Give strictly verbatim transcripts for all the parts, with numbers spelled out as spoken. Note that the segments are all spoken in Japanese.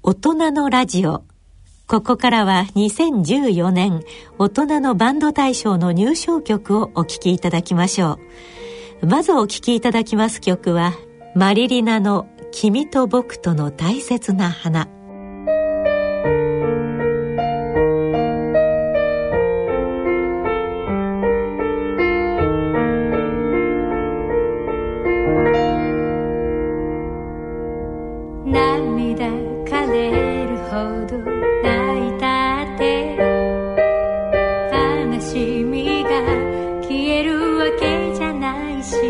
大人のラジオ。ここからはにせんじゅうよねん大人のバンド大賞の入賞曲をお聴きいただきましょう。まずお聴きいただきます曲はマリリナの君と僕との大切な花。 涙枯れるほど泣いたって悲しみが消えるわけじゃないし、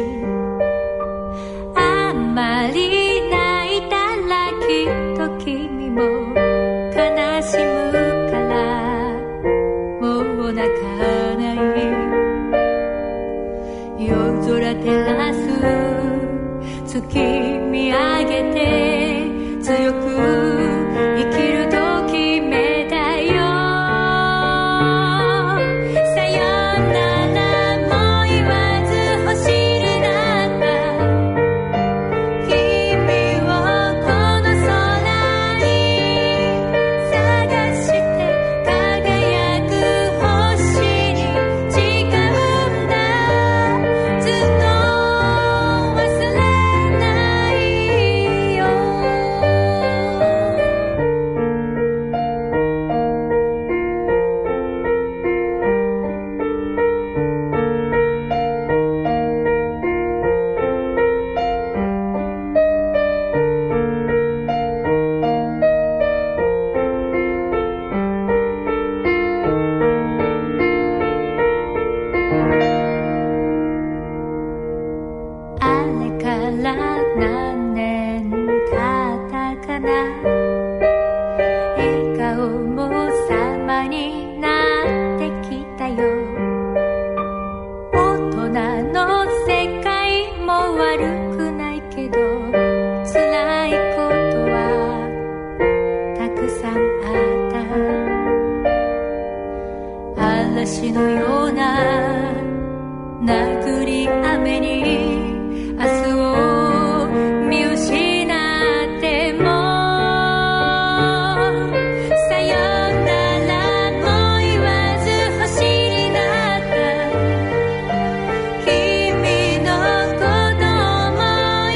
あんまり泣いたらきっと君も悲しむからもう泣かない。夜空照らす月見上げて強く生きると決めたよ。さよならも言わず星になった君をこの空に探して輝く星に誓うんだ。ずっと忘れないよ。あれから何年経ったかな。笑顔も様になってきたよ。大人の世界も悪くないけど辛いことはたくさんあった。嵐のような殴り雨に明日を見失ってもさよならも言わず星になった君のこと思い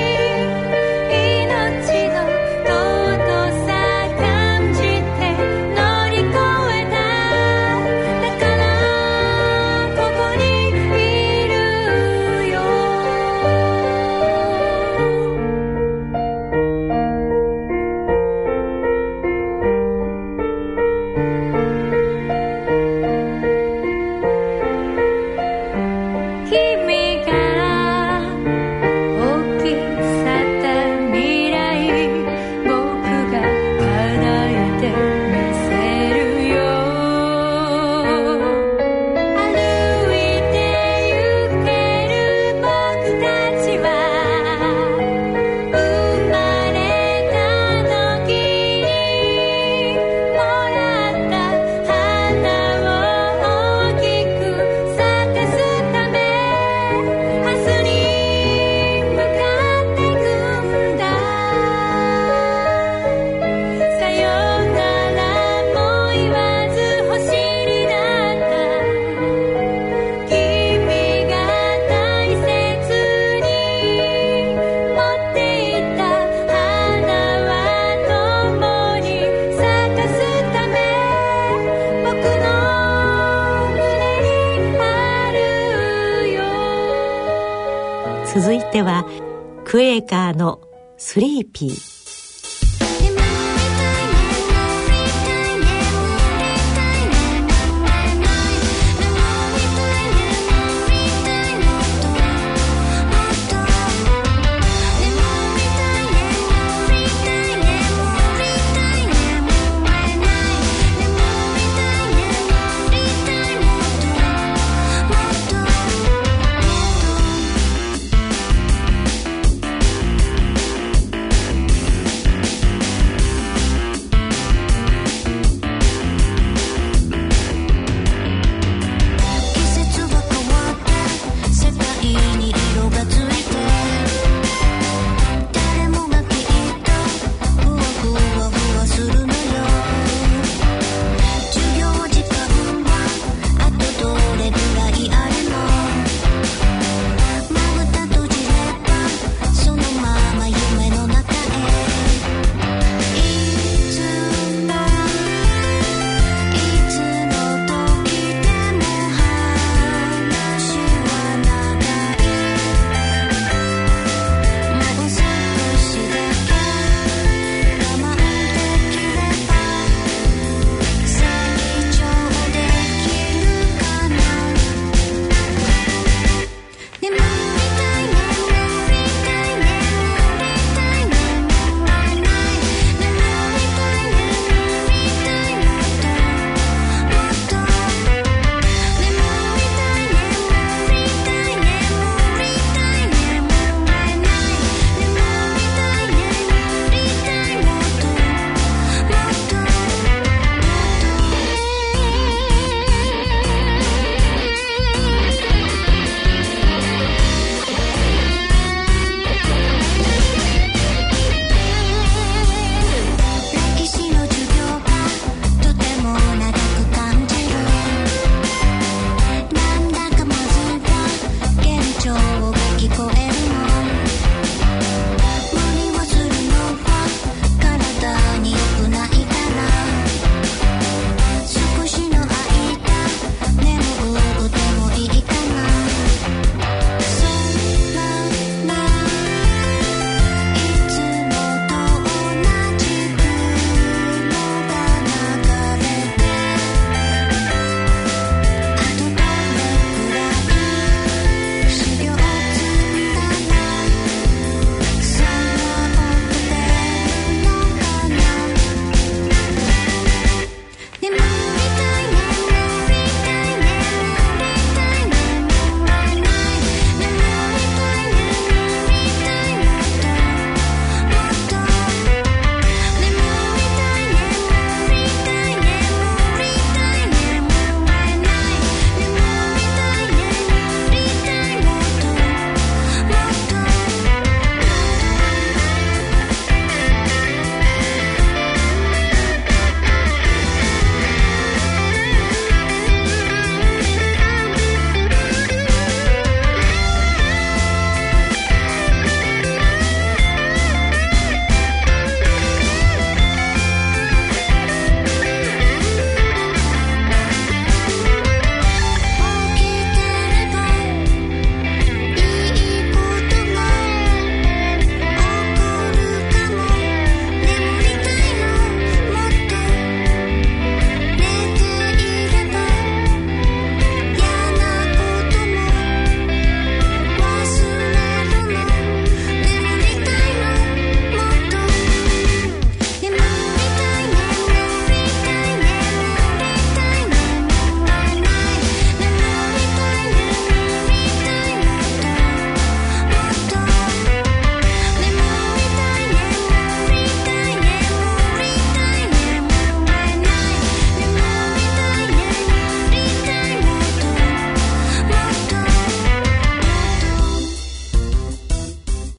命の尊さ感じて乗り越えた。だからここにいるよ。君が大きさった未来僕が叶えてみせるよ。歩いて行ける僕たちは生まれた時にもらった花を大きく咲かすため明日に向かっていくんだ。さよならも言わず星になった君が大切に持っていた花は共に咲かすため僕の胸にあるよ。 続いてはクエーカーのスリーピー。